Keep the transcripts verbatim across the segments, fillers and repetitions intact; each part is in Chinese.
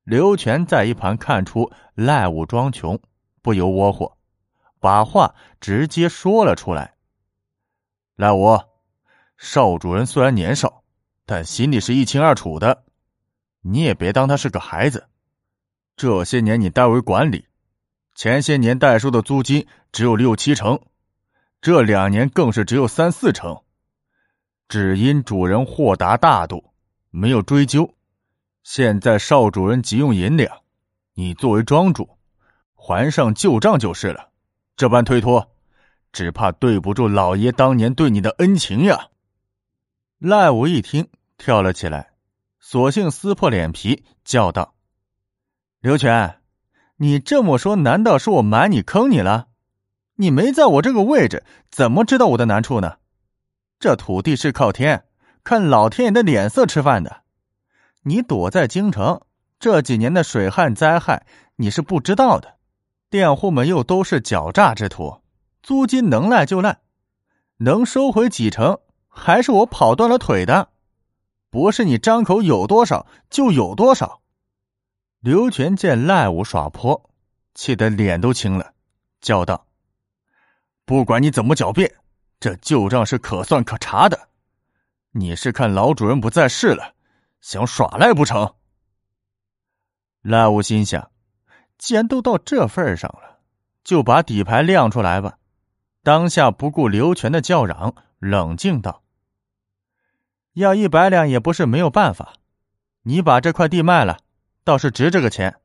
刘全在一旁看出赖武装穷，不由窝火，把话直接说了出来。赖武，邵主任虽然年少，但心里是一清二楚的，你也别当他是个孩子。这些年你代为管理，前些年代收的租金只有六七成，这两年更是只有三四成，只因主人豁达大度，没有追究。现在邵主任急用银两，你作为庄主，还上旧账就是了。这般推脱，只怕对不住老爷当年对你的恩情呀。赖武一听，跳了起来，索性撕破脸皮，叫道：刘全，你这么说，难道是我瞒你坑你了？你没在我这个位置，怎么知道我的难处呢？这土地是靠天，看老天爷的脸色吃饭的。你躲在京城，这几年的水旱灾害你是不知道的，佃户们又都是狡诈之徒，租金能赖就赖，能收回几成，还是我跑断了腿的，不是你张口有多少就有多少。刘全见赖武耍泼，气得脸都青了，叫道：不管你怎么狡辩，这旧账是可算可查的，你是看老主人不在世了，想耍赖不成？赖武心想，既然都到这份上了，就把底牌亮出来吧。当下不顾刘全的叫嚷，冷静道：要一百两也不是没有办法，你把这块地卖了，倒是值这个钱。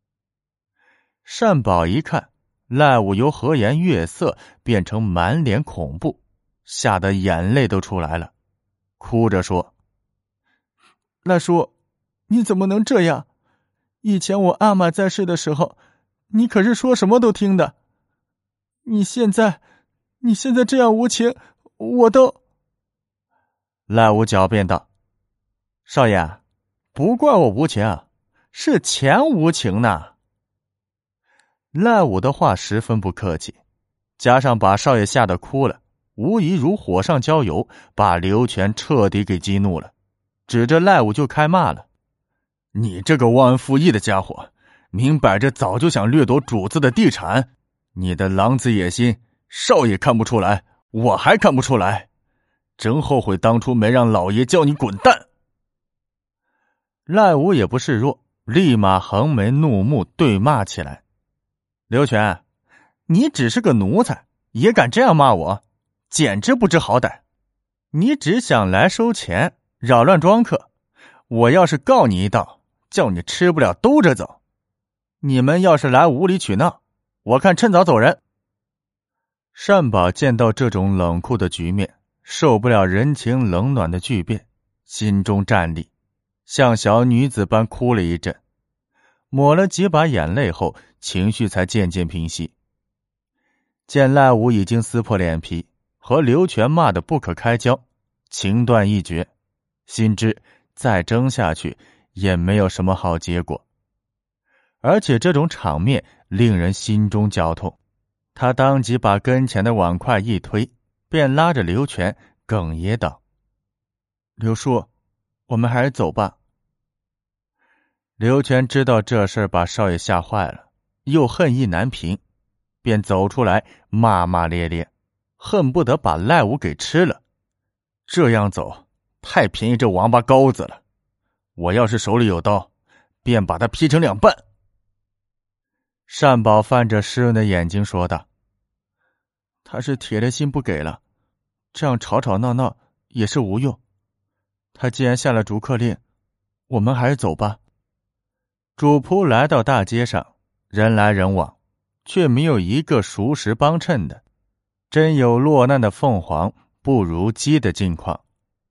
单宝一看赖武由和颜悦色变成满脸恐怖，吓得眼泪都出来了，哭着说：赖叔，你怎么能这样？以前我阿玛在世的时候，你可是说什么都听的。你现在，你现在这样无情，我都……赖武狡辩道：少爷，不怪我无情，是钱无情呢。赖武的话十分不客气，加上把少爷吓得哭了，无疑如火上浇油，把刘全彻底给激怒了，指着赖武就开骂了：你这个忘恩负义的家伙，明摆着早就想掠夺主子的地产，你的狼子野心，少爷看不出来，我还看不出来，真后悔当初没让老爷叫你滚蛋。赖武也不示弱，立马横眉怒目对骂起来：刘全，你只是个奴才，也敢这样骂我，简直不知好歹。你只想来收钱，扰乱庄客，我要是告你一道，叫你吃不了兜着走。你们要是来无理取闹，我看趁早走人。单宝见到这种冷酷的局面，受不了人情冷暖的巨变，心中战栗，像小女子般哭了一阵，抹了几把眼泪后，情绪才渐渐平息。见赖武已经撕破脸皮，和刘全骂得不可开交，情断意绝，心知再争下去也没有什么好结果。而且这种场面令人心中绞痛，他当即把跟前的碗筷一推，便拉着刘全哽咽道：刘叔，我们还是走吧。刘全知道这事把少爷吓坏了，又恨意难平，便走出来骂骂咧咧，恨不得把赖武给吃了。这样走太便宜这王八羔子了，我要是手里有刀，便把他劈成两半。单宝泛着湿润的眼睛说道：他是铁了心不给了，这样吵吵闹闹也是无用。他既然下了逐客令，我们还是走吧。主仆来到大街上，人来人往，却没有一个熟识帮衬的，真有落难的凤凰不如鸡的境况。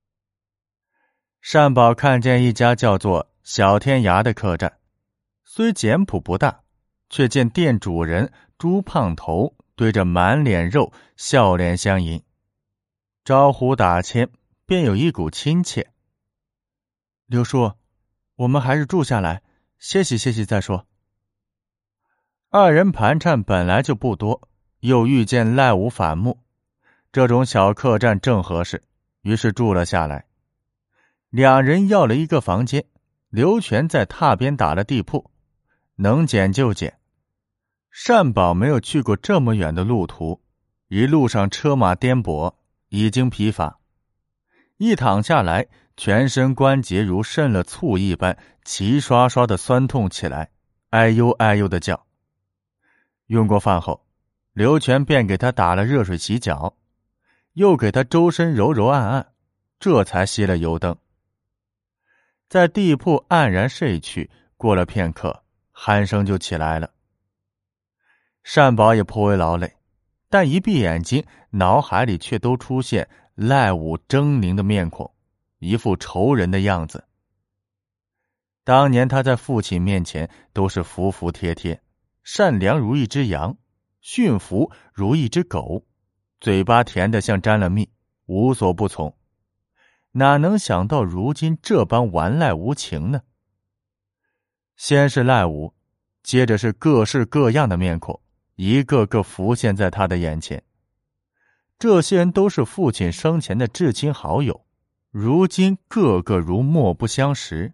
单宝看见一家叫做小天涯的客栈，虽简朴不大，却见店主人朱胖头对着满脸肉笑脸相迎，招呼打牵，便有一股亲切。刘叔，我们还是住下来歇息歇息再说。二人盘缠本来就不多，又遇见赖武反目，这种小客栈正合适，于是住了下来。两人要了一个房间， 刘全在榻边打了地铺，能捡就捡。单宝没有去过这么远的路途，一路上车马颠簸，已经疲乏，一躺下来，全身关节如渗了醋一般齐刷刷的酸痛起来，哎呦哎呦的叫。用过饭后，刘全便给他打了热水洗脚，又给他周身揉揉按按，这才熄了油灯。在地铺黯然睡去，过了片刻，鼾声就起来了。单宝也颇为劳累，但一闭眼睛，脑海里却都出现赖武狰狞的面孔，一副仇人的样子。当年他在父亲面前都是服服帖帖，善良如一只羊，驯服如一只狗，嘴巴甜得像沾了蜜，无所不从。哪能想到如今这般顽赖无情呢？先是赖武，接着是各式各样的面孔，一个个浮现在他的眼前。这些人都是父亲生前的至亲好友，如今个个如莫不相识。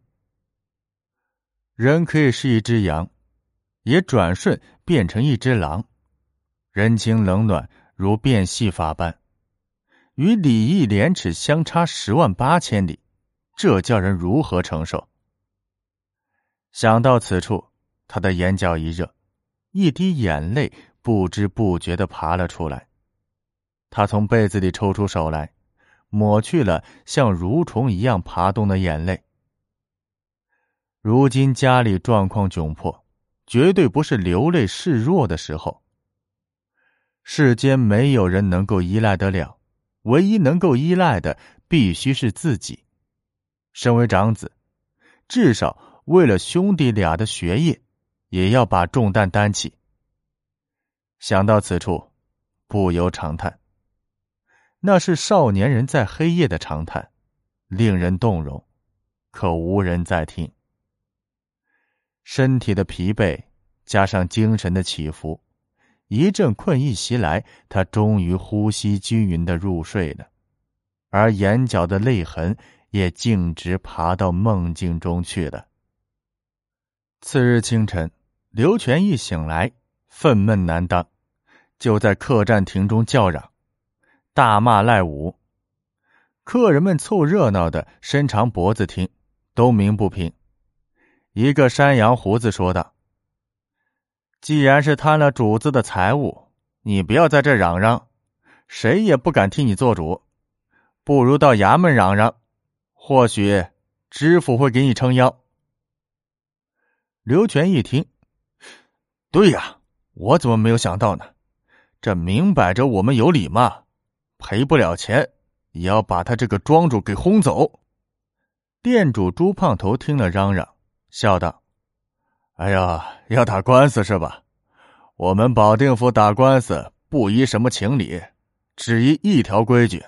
人可以是一只羊，也转瞬变成一只狼，人情冷暖如变戏法般，与礼义廉耻相差十万八千里，这叫人如何承受？想到此处，他的眼角一热，一滴眼泪不知不觉地爬了出来。他从被子里抽出手来，抹去了像蠕虫一样爬动的眼泪。如今家里状况窘迫，绝对不是流泪示弱的时候。世间没有人能够依赖得了，唯一能够依赖的必须是自己。身为长子，至少为了兄弟俩的学业，也要把重担担起。想到此处，不由长叹。那是少年人在黑夜的长叹，令人动容，可无人在听。身体的疲惫加上精神的起伏，一阵困意袭来，他终于呼吸均匀地入睡了，而眼角的泪痕也径直爬到梦境中去了。次日清晨，刘全一醒来，愤懑难当，就在客栈亭中叫嚷，大骂赖武。客人们凑热闹的伸长脖子听，都鸣不平。一个山羊胡子说道，既然是贪了主子的财物，你不要在这嚷嚷，谁也不敢替你做主，不如到衙门嚷嚷，或许知府会给你撑腰。刘全一听，对呀，我怎么没有想到呢？这明摆着我们有理嘛，赔不了钱也要把他这个庄主给轰走。店主朱胖头听了嚷嚷，笑道，哎呀，要打官司是吧？我们保定府打官司不依什么情理，只依一条规矩。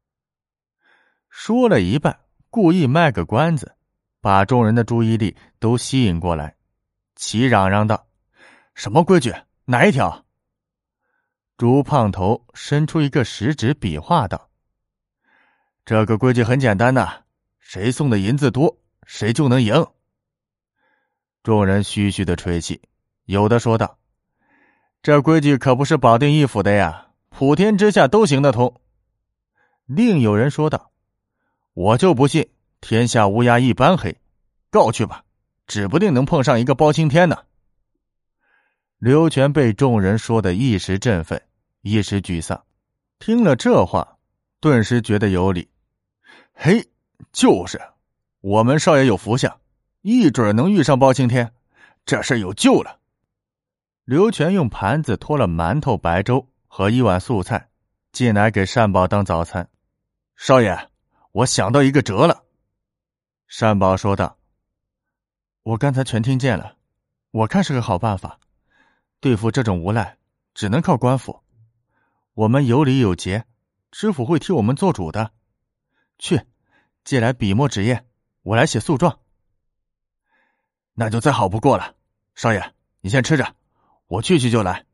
说了一半，故意卖个关子，把众人的注意力都吸引过来，齐嚷嚷道，什么规矩？哪一条？朱胖头伸出一个食指比划道，这个规矩很简单呐，谁送的银子多，谁就能赢。众人嘘嘘的吹气，有的说道，这规矩可不是保定一府的呀，普天之下都行得通。另有人说道，我就不信天下乌鸦一般黑，告去吧，指不定能碰上一个包青天呢。刘全被众人说得一时振奋，一时沮丧，听了这话，顿时觉得有理。嘿，就是，我们少爷有福相，一准能遇上包青天，这事有救了。刘全用盘子托了馒头、白粥和一碗素菜进来给单宝当早餐。少爷，我想到一个辙了。单宝说道，我刚才全听见了，我看是个好办法。对付这种无赖，只能靠官府。我们有理有节，知府会替我们做主的。去，借来笔墨纸砚，我来写诉状。那就再好不过了。少爷，你先吃着，我去去就来。